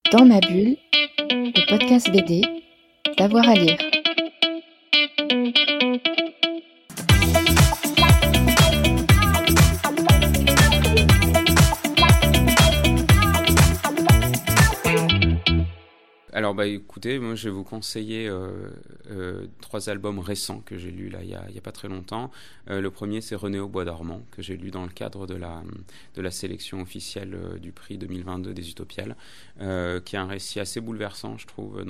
Dans ma bulle, le podcast BD, d'avoir à lire. Alors écoutez, moi je vais vous conseiller 3 albums récents que j'ai lus là il y a pas très longtemps. Le premier c'est René au bois dormant que j'ai lu dans le cadre de la sélection officielle du prix 2022 des Utopiales, qui est un récit assez bouleversant je trouve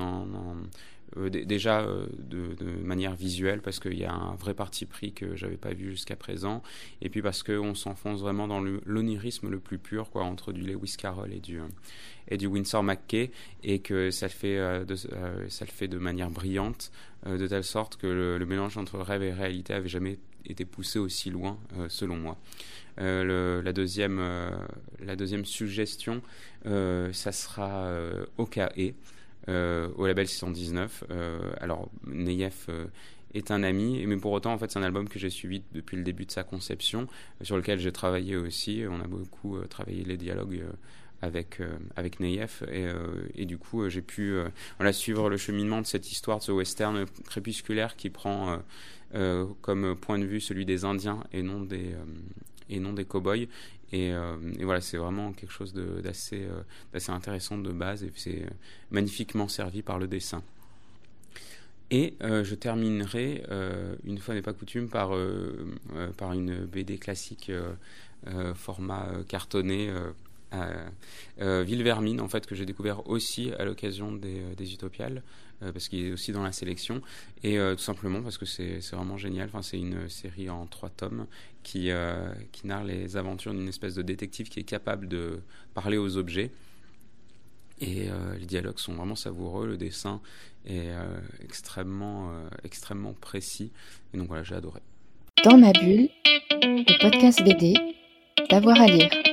déjà de manière visuelle parce qu'il y a un vrai parti pris que j'avais pas vu jusqu'à présent, et puis parce qu'on s'enfonce vraiment dans l'onirisme le plus pur entre du Lewis Carroll et du Winsor McCay, et que ça le fait de manière brillante, de telle sorte que le mélange entre rêve et réalité avait jamais été poussé aussi loin, selon moi. La deuxième suggestion, ça sera OKE, au label 619. Alors Neyef est un ami, mais pour autant en fait c'est un album que j'ai suivi depuis le début de sa conception, sur lequel j'ai travaillé aussi. On a beaucoup travaillé les dialogues avec Neyef, et du coup j'ai pu suivre le cheminement de cette histoire de ce western crépusculaire qui prend comme point de vue celui des Indiens et non des cow-boys. Et voilà, c'est vraiment quelque chose d'assez intéressant de base, et c'est magnifiquement servi par le dessin. Et je terminerai, une fois n'est pas coutume, par une BD classique format cartonné, Ville Vermine, en fait, que j'ai découvert aussi à l'occasion des Utopiales, parce qu'il est aussi dans la sélection, et tout simplement parce que c'est vraiment génial. Enfin, c'est une série en 3 tomes qui narre les aventures d'une espèce de détective qui est capable de parler aux objets, et les dialogues sont vraiment savoureux, le dessin est extrêmement précis, et donc voilà, j'ai adoré. Dans ma bulle, le podcast BD, d'avoir à lire.